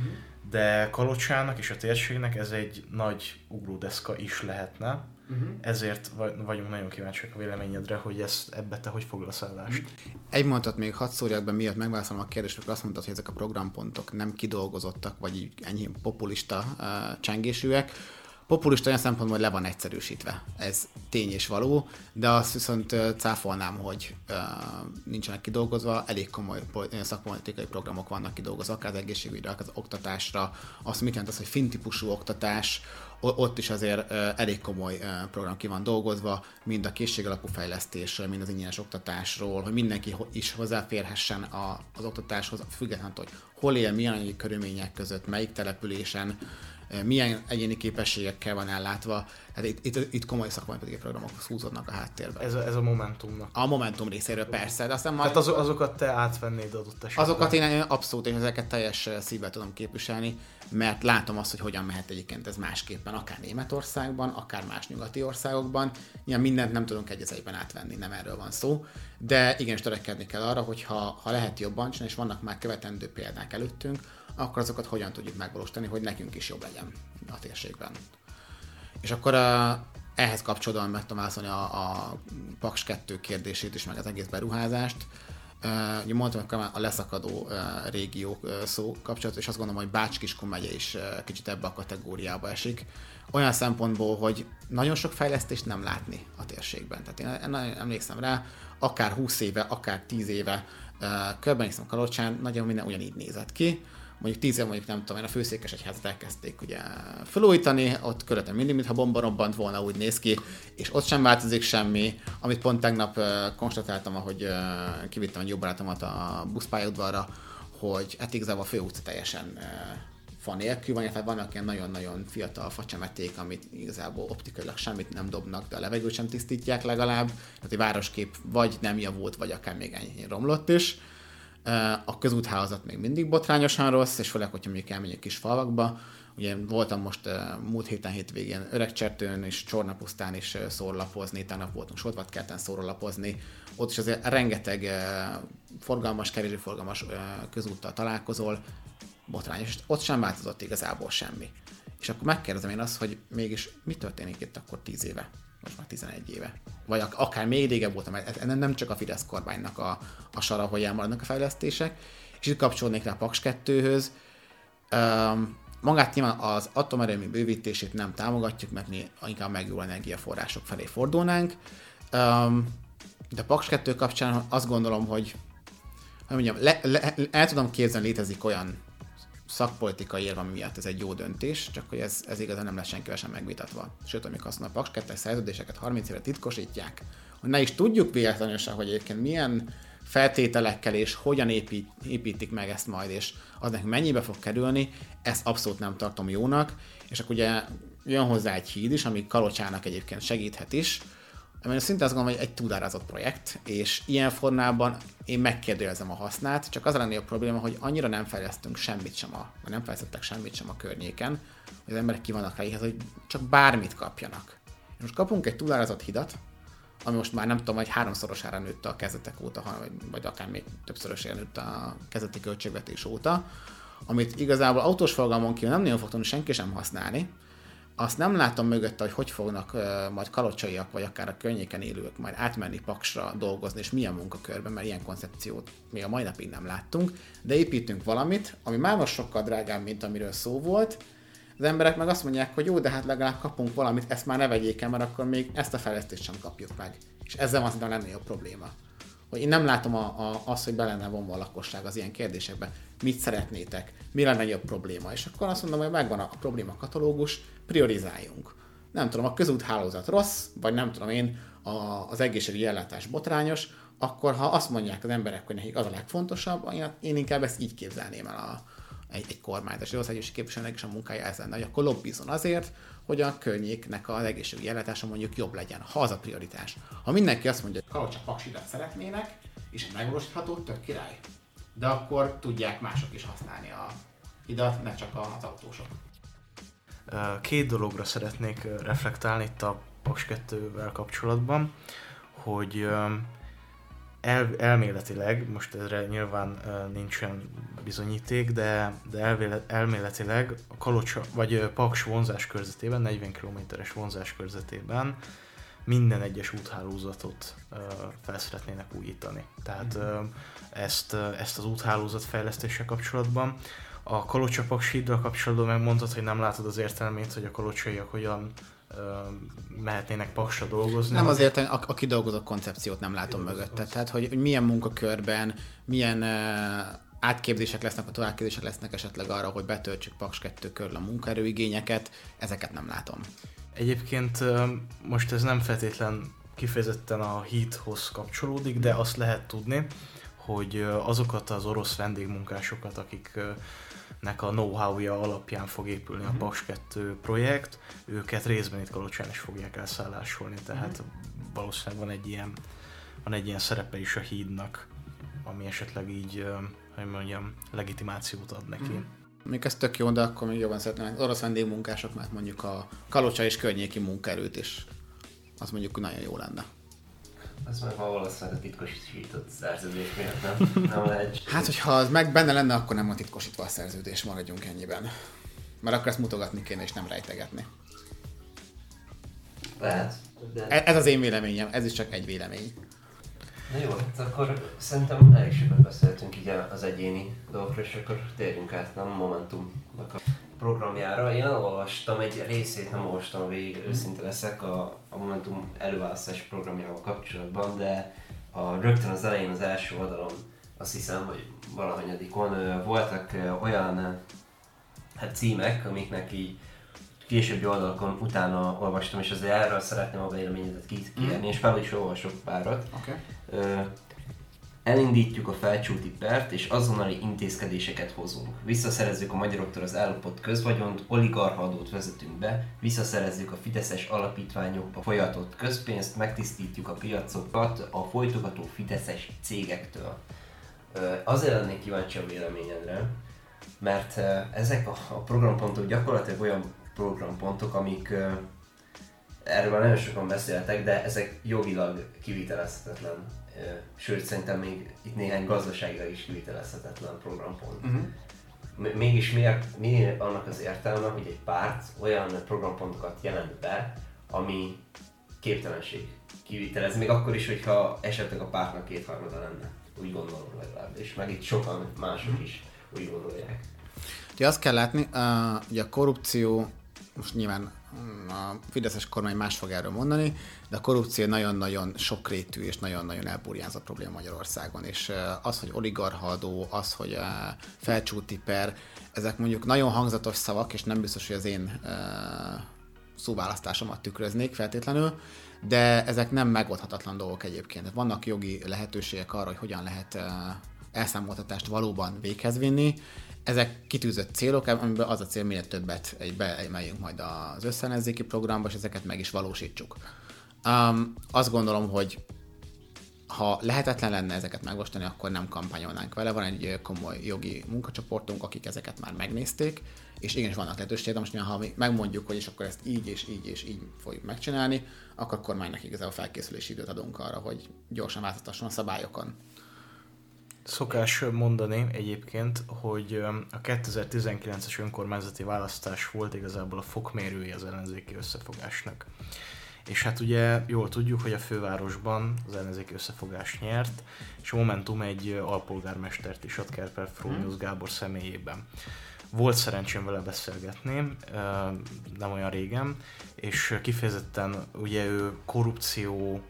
De Kalocsának és a térségnek ez egy nagy ugródeszka is lehetne, ezért vagyunk nagyon kíváncsiak a véleményedre, hogy ebbe te hogy foglalsz állást. Egy mondatot még hadd szórjak be, miatt megválaszolom a kérdést, akkor azt mondtad, hogy ezek a programpontok nem kidolgozottak, vagy így enyhén populista csengésűek. Populista olyan szempontból, hogy le van egyszerűsítve. Ez tény és való, de azt viszont cáfolnám, hogy nincsenek kidolgozva, elég komoly szakpolitikai programok vannak kidolgozva, akár az egészségügyre, akár az oktatásra. Azt mit jelent az, hogy fintípusú oktatás, ott is azért elég komoly program ki van dolgozva, mind a készségalapú fejlesztésről, mind az ingyenes oktatásról, hogy mindenki is hozzáférhessen az oktatáshoz, függetlenül, hogy hol él, milyen anyagi körülmények között, melyik településen, milyen egyéni képességekkel van ellátva. Hát itt komoly szakpolitikai programok húzódnak a háttérben. Ez a Momentumnak. A Momentum részéről persze, de aztán majd... Tehát azokat te átvennéd adott esetben? Azokat én abszolút, és ezeket teljes szívvel tudom képviselni, mert látom azt, hogy hogyan mehet egyébként ez másképpen, akár Németországban, akár más nyugati országokban. Ilyen mindent nem tudunk egy az egyben átvenni, nem erről van szó, de igenis törekedni kell arra, hogy ha lehet jobban csinálni, és vannak már követendő példák előttünk, akkor azokat hogyan tudjuk megvalósítani, hogy nekünk is jobb legyen a térségben. És akkor ehhez kapcsolódóan meg tudom válaszolni a Paks 2 kérdését is, meg az egész beruházást. Ugye mondtam, hogy a leszakadó régiók szó kapcsolatos, és azt gondolom, hogy Bács-Kiskun megye is kicsit ebbe a kategóriába esik. Olyan szempontból, hogy nagyon sok fejlesztést nem látni a térségben. Tehát én emlékszem rá, akár 20 éve, akár 10 éve körbenéztem Kalocsán, nagyon minden ugyanígy nézett ki, mondjuk 10 év, mondjuk nem tudom én, a Főszékesegyházat elkezdték ugye felújítani, ott körülöttem mindig, mintha bomba robbant volna, úgy néz ki, és ott sem változik semmi, amit pont tegnap konstatáltam, ahogy kivittem egy jó barátomat a buszpályaudvarra, hogy hát igazából a főutca teljesen fa nélkül van, illetve vannak ilyen nagyon-nagyon fiatal facsemeték, amit igazából optikailag semmit nem dobnak, de a levegőt sem tisztítják legalább, tehát a városkép vagy nem javult, vagy akár még ennyi romlott is. A közúthálózat még mindig botrányosan rossz, és főleg, hogyha mondjuk elmegyek kis falvakba. Ugye voltam most múlt hétvégén Öregcsertőn és Csornapusztán is szórlapozni, tegnap voltunk Sodvatkerten szórlapozni. Ott is azért rengeteg forgalmas, kevésbé forgalmas közúttal találkozol, botrányos, és ott sem változott igazából semmi. És akkor megkérdezem én azt, hogy mégis mi történik itt akkor 10 éve, most már 11 éve. Vagy akár még régebb voltam, ez nem csak a Fidesz kormánynak a sara, hogy elmaradnak a fejlesztések, és itt kapcsolódnék rá a Paks 2-höz. Magát nyilván az atomerőmű bővítését nem támogatjuk, mert mi inkább megújuló energiaforrások felé fordulnánk. De a Paks 2 kapcsán azt gondolom, hogy mondjam, el tudom képzelni, létezik olyan szakpolitikai érv, ami miatt ez egy jó döntés, csak hogy ez igazán nem lesz senkivel sem megvitatva. Sőt, amikor azt mondom, a Paks 2-es szerződéseket 30 éve titkosítják, hogy ne is tudjuk véletlenül sem, hogy egyébként milyen feltételekkel és hogyan építik meg ezt majd, és az nekünk mennyibe fog kerülni, ezt abszolút nem tartom jónak, és akkor ugye jön hozzá egy híd is, ami Kalocsának egyébként segíthet is, ami szinte azt gondolom, hogy egy túlárazott projekt, és ilyen formában én megkérdőjelezem a hasznát, csak az a legnagyobb probléma, hogy annyira nem fejlesztünk semmit sem vagy nem fejlesztettek semmit sem a környéken, hogy az emberek ki vannak rá ihhez, hogy csak bármit kapjanak. És most kapunk egy túlárazott hidat, ami most már nem tudom, hogy 3-szorosára nőtt a kezdetek óta, vagy akár még többszörösére nőtt a kezdeti költségvetés óta, amit igazából autós forgalmon kívül nem nagyon fog tudni senki sem használni. Azt nem látom mögötte, hogy fognak majd kalocsaiak, vagy akár a környéken élők majd átmenni Paksra dolgozni, és milyen munkakörben, mert ilyen koncepciót még a mai napig nem láttunk, de építünk valamit, ami már most sokkal drágább, mint amiről szó volt. Az emberek meg azt mondják, hogy jó, de hát legalább kapunk valamit, ezt már ne vegyék el, mert akkor még ezt a fejlesztést sem kapjuk meg. És ezzel van szerintem a legnagyobb probléma. Hogy én nem látom azt, hogy be lenne vonva a lakosság az ilyen kérdésekbe. Mit szeretnétek? Mi lenne jobb probléma? És akkor azt mondom, hogy megvan a probléma katalógus, priorizáljunk. Nem tudom, a közúthálózat rossz, vagy nem tudom én, az egészségügyi ellátás botrányos, akkor ha azt mondják az emberek, hogy nekik az a legfontosabb, én inkább ezt így képzelném el egy kormányzás, az egészségügyi képviselőnek is a munkája ez lenne, hogy akkor lobbizzon azért, hogy a környéknek az egészségügyi ellátása mondjuk jobb legyen, ha az a prioritás. Ha mindenki azt mondja, hogy Kalocsa-Paksidat szeretnének, és megvalósítható, tök király. De akkor tudják mások is használni a hidat, ne csak az autósok. Két dologra szeretnék reflektálni itt a Paks 2-vel kapcsolatban, hogy elméletileg, most ezre nyilván nincsen bizonyíték, de elméletileg a Kalocsa, vagy Paks vonzás körzetében, 40 km-es vonzás körzetében minden egyes úthálózatot fel szeretnének újítani. Tehát ezt az úthálózat fejlesztéssel kapcsolatban. A Kalocsa-Paks híddal kapcsolatban megmondtad, hogy nem látod az értelmét, hogy a kalocsaiak hogyan mehetnének Paksra dolgozni. Nem azért, a kidolgozott koncepciót nem látom mögötte. Tehát, hogy milyen munkakörben, milyen átképzések lesznek, a továbbképzések lesznek esetleg arra, hogy betöltsük Paks 2 körül a munkaerőigényeket, ezeket nem látom. Egyébként most ez nem feltétlen kifejezetten a hídhoz kapcsolódik, de azt lehet tudni, hogy azokat az orosz vendégmunkásokat, akiknek a know-how-ja alapján fog épülni a Paks 2 projekt, őket részben itt Kalocsán is fogják elszállásolni, tehát valószínűleg van egy ilyen szerepe is a hídnak, ami esetleg így, hogy mondjam, legitimációt ad neki. Még ez tök jó, de akkor még jobban szeretném az orosz vendégmunkások, mert mondjuk a Kalocsa és környéki munkaerőt is, az mondjuk nagyon jó lenne. Az meg ma valószínűleg a titkosított szerződés miatt nem lehet. Hát, hogyha az meg benne lenne, akkor nem a titkosítva a szerződés, maradjunk ennyiben. Mert akkor ezt mutogatni kéne és nem rejtegetni. Lehet. De... Ez az én véleményem, ez is csak egy vélemény. Na jó, hát akkor szerintem elég sokat beszéltünk így az egyéni dolgokról, és akkor térjünk át a Momentumnak a programjára. Én elolvastam egy részét, nem olvastam végig, őszinte leszek a Momentum előválasztási programjával kapcsolatban, de rögtön az elején, az első oldalon azt hiszem, hogy valahanyadikon voltak olyan címek, amiknek így későbbi oldalakon utána olvastam, és azért erről szeretném a véleményedet kérni, és fel is olvasok párat. Okay. Elindítjuk a felcsúti pert, és azonnali intézkedéseket hozunk. Visszaszerezzük a magyaroktól az ellopott közvagyont, oligarchaadót vezetünk be, visszaszerezzük a fideszes alapítványokba folyatott közpénzt, megtisztítjuk a piacokat a folytogató fideszes cégektől. Azért lennék kíváncsi a véleményedre, mert ezek a programpontok gyakorlatilag olyan programpontok, amik erről már nagyon sokan beszéltek, de ezek jogilag kivitelezhetetlen. Sőt, szerintem még itt néhány gazdaságilag is kivitelezhetetlen programpont. Mégis miért annak az értelme, hogy egy párt olyan programpontokat jelent be, ami képtelenség kivitelezni, még akkor is, hogyha esetleg a pártnak kétharmada lenne. Úgy gondolom legalábbis, meg itt sokan mások is úgy gondolják. Ugye azt kell látni, hogy a korrupció, most nyilván a fideszes kormány más fog erről mondani, de a korrupció nagyon-nagyon sokrétű és nagyon-nagyon elburjánzott probléma Magyarországon. És az, hogy oligarchaadó, az, hogy felcsúti per, ezek mondjuk nagyon hangzatos szavak, és nem biztos, hogy az én szóválasztásomat tükröznék feltétlenül, de ezek nem megoldhatatlan dolgok egyébként. Vannak jogi lehetőségek arra, hogy hogyan lehet elszámoltatást valóban véghez vinni. Ezek kitűzött célok, amiben az a cél, minél többet beemeljünk majd az összeellenzéki programba, és ezeket meg is valósítsuk. Azt gondolom, hogy ha lehetetlen lenne ezeket megvalósítani, akkor nem kampányolnánk vele. Van egy komoly jogi munkacsoportunk, akik ezeket már megnézték, és igenis vannak lehetőségek, de most ha mi megmondjuk, hogy és akkor ezt így és így és így fogjuk megcsinálni, akkor a kormánynak igazából felkészülési időt adunk arra, hogy gyorsan változtasson a szabályokon. Szokás mondani egyébként, hogy a 2019-es önkormányzati választás volt igazából a fokmérője az ellenzéki összefogásnak. És hát ugye jól tudjuk, hogy a fővárosban az ellenzéki összefogás nyert, és a Momentum egy alpolgármestert is ad Kerper Frónius Gábor személyében. Volt szerencsém vele beszélgetni, nem olyan régen, és kifejezetten ugye ő korrupció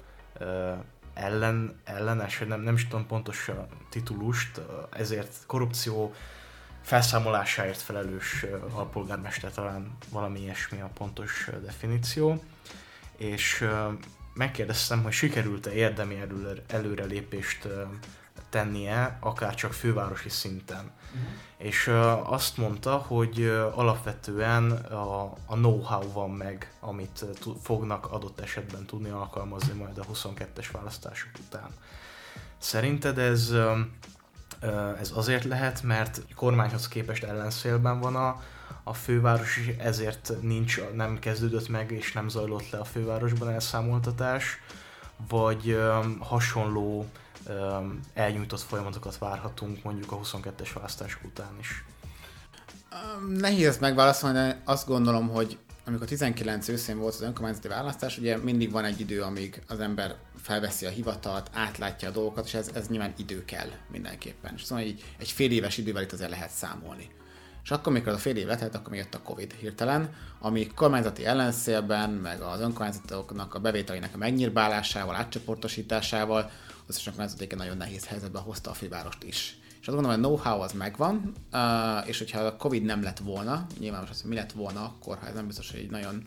ellenes, nem is tudom pontos a titulust, ezért korrupció felszámolásáért felelős alpolgármester, talán valami ilyesmi a pontos definíció, és megkérdeztem, hogy sikerült-e érdemi előrelépést tennie, akár csak fővárosi szinten. És azt mondta, hogy alapvetően a know-how van meg, amit fognak adott esetben tudni alkalmazni majd a 22-es választások után. Szerinted ez azért lehet, mert kormányhoz képest ellenszélben van a főváros, és ezért nem kezdődött meg és nem zajlott le a fővárosban elszámoltatás, vagy hasonló elnyújtott folyamatokat várhatunk mondjuk a 22-es választások után is? Nehéz ezt megválaszolni, de azt gondolom, hogy amikor 19 őszén volt az önkormányzati választás, ugye mindig van egy idő, amíg az ember felveszi a hivatalt, átlátja a dolgokat, és ez nyilván idő kell mindenképpen. És szóval egy fél éves idővel itt azért lehet számolni. És akkor, amikor a fél év letelt, akkor jött a Covid hirtelen, ami kormányzati ellenszélben, meg az önkormányzatoknak a bevételének a megnyírbálásával, átcsoportosításával, az is önkormányzaték nagyon nehéz helyzetbe hozta a fővárost is. És azt gondolom, hogy a know-how az megvan, és hogyha a Covid nem lett volna, nyilván most azt, hogy mi lett volna akkor, ha ez nem biztos, hogy egy nagyon,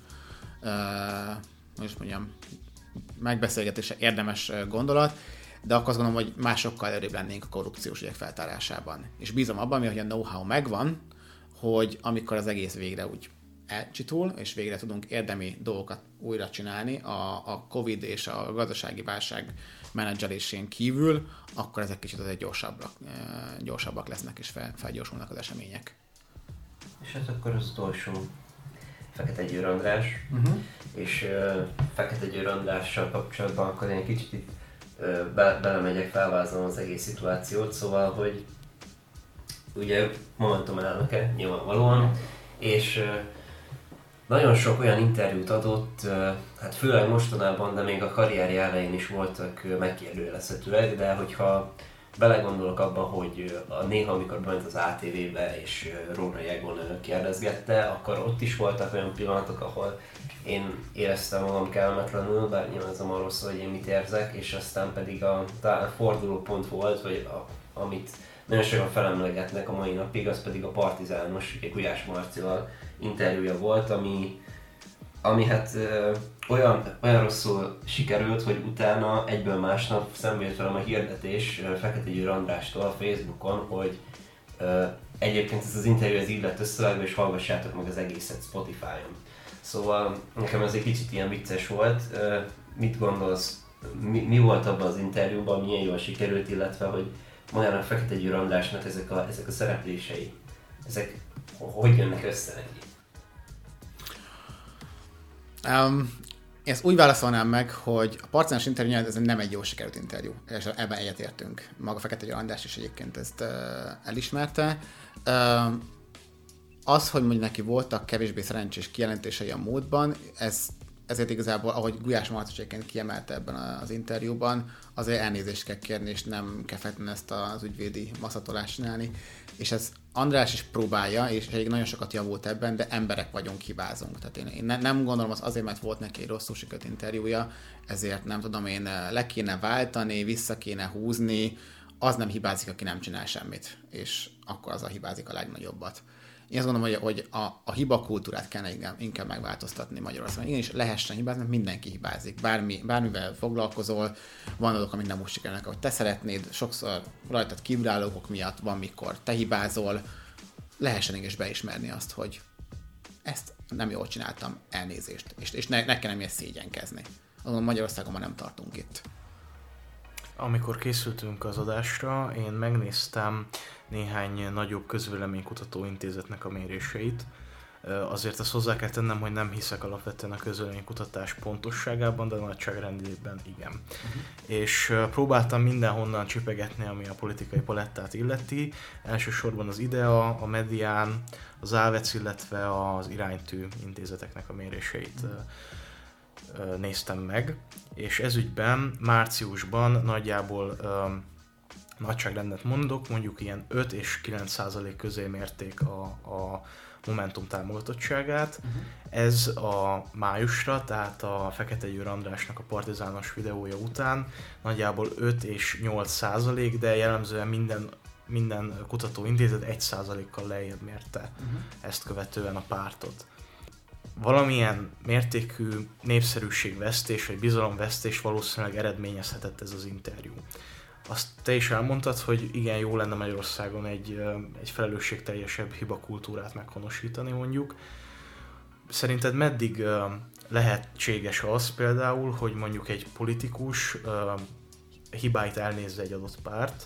megbeszélgetésre érdemes gondolat, de akkor azt gondolom, hogy másokkal előrébb lennénk a korrupciós ügyek feltárásában. És bízom abban, hogy a know-how megvan, hogy amikor az egész végre úgy elcsitul, és végre tudunk érdemi dolgokat újra csinálni a Covid és a gazdasági válság menedzselésén kívül, akkor ezek kicsit azért gyorsabbak lesznek, és felgyorsulnak az események. És hát akkor az utolsó Fekete Győr András, és Fekete Győr Andrással kapcsolatban akkor én kicsit itt belemegyek, felvázolom az egész szituációt, szóval, hogy ugye Momentum elnöke nyilvánvalóan, és nagyon sok olyan interjút adott, hát főleg mostanában, de még a karrierje elején is voltak megkérdőjelezhetőek, de hogyha belegondolok abban, hogy néha, amikor bement az ATV-be és Rónai Egon kérdezgette, akkor ott is voltak olyan pillanatok, ahol én éreztem magam kellemetlenül, bár nyilván ez arról szól, hogy én mit érzek, és aztán pedig talán fordulópont volt, vagy amit nagyon sokan felemlegetnek a mai napig, az pedig a Partizános, Gulyás Marcival interjúja volt, ami hát olyan rosszul sikerült, hogy utána egyből másnap szembe jött velem a hirdetés Fekete Győr Andrástól a Facebookon, hogy egyébként ez az interjú ez így lett összevágva, és hallgassátok meg az egészet Spotify-on. Szóval nekem ez egy kicsit ilyen vicces volt. Mit gondolsz, mi volt abban az interjúban, milyen jól sikerült, illetve hogy magának Fekete Győr Andrásnak ezek a szereplései, ezek hogy jönnek össze neki? Én ezt úgy válaszolnám meg, hogy a Partizános interjú ez nem egy jól sikerült interjú, és ebben egyetértünk. Maga Fekete Győr András is egyébként ezt elismerte. Az, hogy mondjuk neki voltak kevésbé szerencsés kijelentései a múltban, ezért igazából, ahogy Gulyás Marci egyébként kiemelte ebben az interjúban, azért elnézést kell kérni, és nem kell feltétlenül ezt az ügyvédi maszatolást csinálni. És ez András is próbálja, és nagyon sokat javult ebben, de emberek vagyunk, hibázunk. Tehát én nem gondolom az azért, mert volt neki egy rosszul sikerült interjúja, ezért nem tudom én, le kéne váltani, vissza kéne húzni, az nem hibázik, aki nem csinál semmit, és akkor az a hibázik a legnagyobbat. Én azt gondolom, hogy a hibakultúrát kellene inkább megváltoztatni Magyarországon. Igenis lehessen hibázni, mert mindenki hibázik. Bármivel foglalkozol, van dolgok, amik nem úgy sikerülnek, ahogy te szeretnéd, sokszor rajtad kívülállókok miatt van, mikor te hibázol, lehessen is beismerni azt, hogy ezt nem jól csináltam, elnézést, és ne kellene miért szégyenkezni. Azon Magyarországon már nem tartunk itt. Amikor készültünk az adásra, én megnéztem néhány nagyobb közvéleménykutató intézetnek a méréseit. Azért azt hozzá kell tennem, hogy nem hiszek alapvetően a közvéleménykutatás pontosságában, de nagyságrendében igen. És próbáltam mindenhonnan csipegetni, ami a politikai palettát illeti. Elsősorban az IDEA, a Medián, az Ávec, illetve az Iránytű intézeteknek a méréseit néztem meg, és ezügyben márciusban nagyjából nagyságrendet mondok, mondjuk ilyen 5 és 9% közé mérték a Momentum támogatottságát. Ez a májusra, tehát a Fekete Győr Andrásnak a Partizános videója után nagyjából 5 és 8%, de jellemzően minden kutatóintézet 1%-kal lejjebb mérte ezt követően a pártot. Valamilyen mértékű népszerűségvesztés vagy bizalomvesztés valószínűleg eredményezhetett ez az interjú. Azt te is elmondtad, hogy igen, jó lenne Magyarországon egy felelősségteljesebb hibakultúrát meghonosítani mondjuk. Szerinted meddig lehetséges az például, hogy mondjuk egy politikus hibáit elnézze egy adott párt?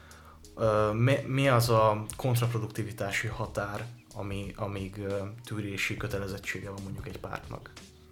Mi az a kontraproduktivitási határ, amíg tűrési kötelezettsége van mondjuk egy pártnak?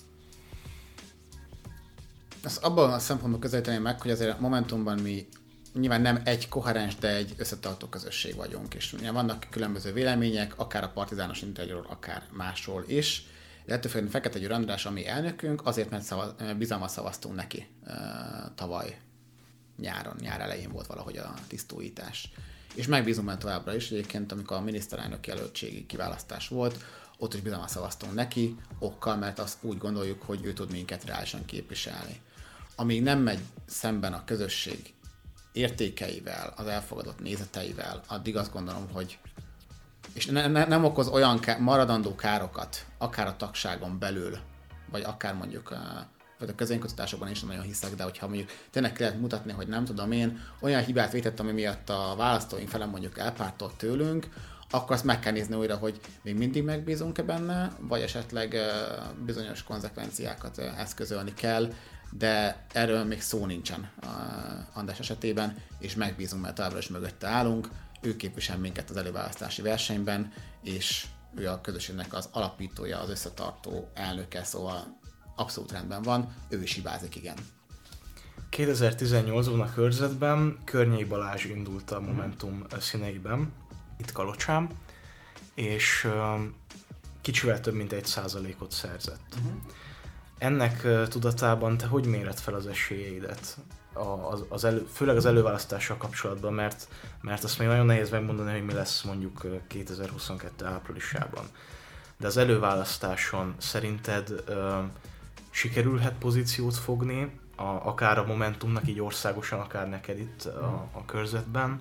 Ezt abban a szempontból közelíteném meg, hogy azért Momentumban mi nyilván nem egy koherens, de egy összetartó közösség vagyunk, és vannak különböző vélemények, akár a Partizános interjúról, akár másról is. De ettől függően Fekete Győr András, ami elnökünk, azért, mert bizalmat szavaztunk neki tavaly nyár elején volt valahogy a tisztújítás. És megbízunk benne továbbra is, egyébként amikor a miniszterelnök jelöltségi kiválasztás volt, ott is bizalmat szavaztunk neki, okkal, mert azt úgy gondoljuk, hogy ő tud minket reálisan képviselni. Amíg nem megy szemben a közösség értékeivel, az elfogadott nézeteivel, addig azt gondolom, hogy és nem okoz olyan maradandó károkat, akár a tagságon belül, vagy akár mondjuk vagy a közvéleménykutatásokban is nagyon hiszek, de hogyha mondjuk tényleg lehet mutatni, hogy nem tudom én, olyan hibát vétett, ami miatt a választóink fele mondjuk elpártolt tőlünk, akkor azt meg kell nézni újra, hogy még mindig megbízunk-e benne, vagy esetleg bizonyos konzekvenciákat eszközölni kell, de erről még szó nincsen András esetében, és megbízunk, mert továbbra is mögötte állunk, ő képvisel minket az előválasztási versenyben, és ő a közösségnek az alapítója, az összetartó elnöke, szóval abszolút rendben van, ő is hibázik, igen. 2018-ban a körzetben Környei Balázs indult a Momentum színeiben, itt Kalocsán, és kicsivel több mint 1%-ot szerzett. Ennek tudatában te hogy méred fel az esélyeidet? Főleg az előválasztással kapcsolatban, mert azt még nagyon nehéz megmondani, hogy mi lesz mondjuk 2022 áprilisában. De az előválasztáson szerinted sikerülhet pozíciót fogni, akár a Momentumnak így országosan, akár neked itt a körzetben,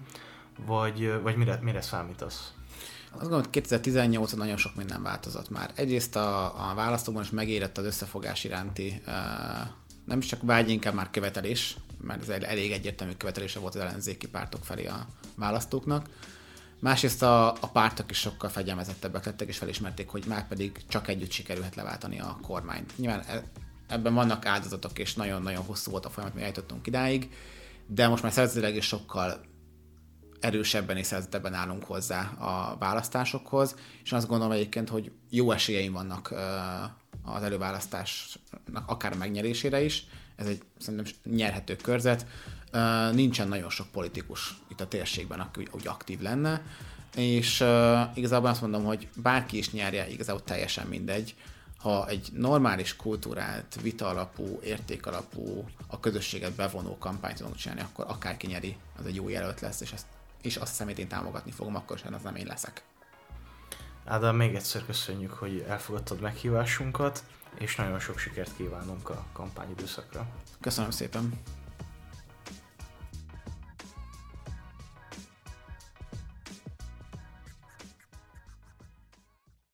vagy mire számítasz? Azt gondolom, hogy 2018-ban nagyon sok minden változott már. Egyrészt a választókban is megérett az összefogás iránti, nem is csak vágy, inkább már követelés, mert ez elég egyértelmű követelése volt az ellenzéki pártok felé a választóknak. Másrészt a pártok is sokkal fegyelmezettebbek lettek, és felismerték, hogy már pedig csak együtt sikerülhet leváltani a kormányt. Nyilván ebben vannak áldozatok, és nagyon-nagyon hosszú volt a folyamat, mi eljutottunk idáig, de most már szerzetileg is sokkal erősebben és szerzetetben állunk hozzá a választásokhoz, és azt gondolom egyébként, hogy jó esélyeim vannak az előválasztásnak akár a megnyerésére is. Ez egy szerintem nyerhető körzet. Nincsen nagyon sok politikus itt a térségben, aki úgy aktív lenne, és igazából azt mondom, hogy bárki is nyerje, igazából teljesen mindegy. Ha egy normális, kultúrált, vita alapú, értékalapú, a közösséget bevonó kampányt tudunk csinálni, akkor akárki nyeri, az egy jó jelölt lesz, és azt hiszem, hogy én támogatni fogom, akkor sem az nem én leszek. Ádám, még egyszer köszönjük, hogy elfogadtad meghívásunkat, és nagyon sok sikert kívánunk a kampányidőszakra. Köszönöm szépen!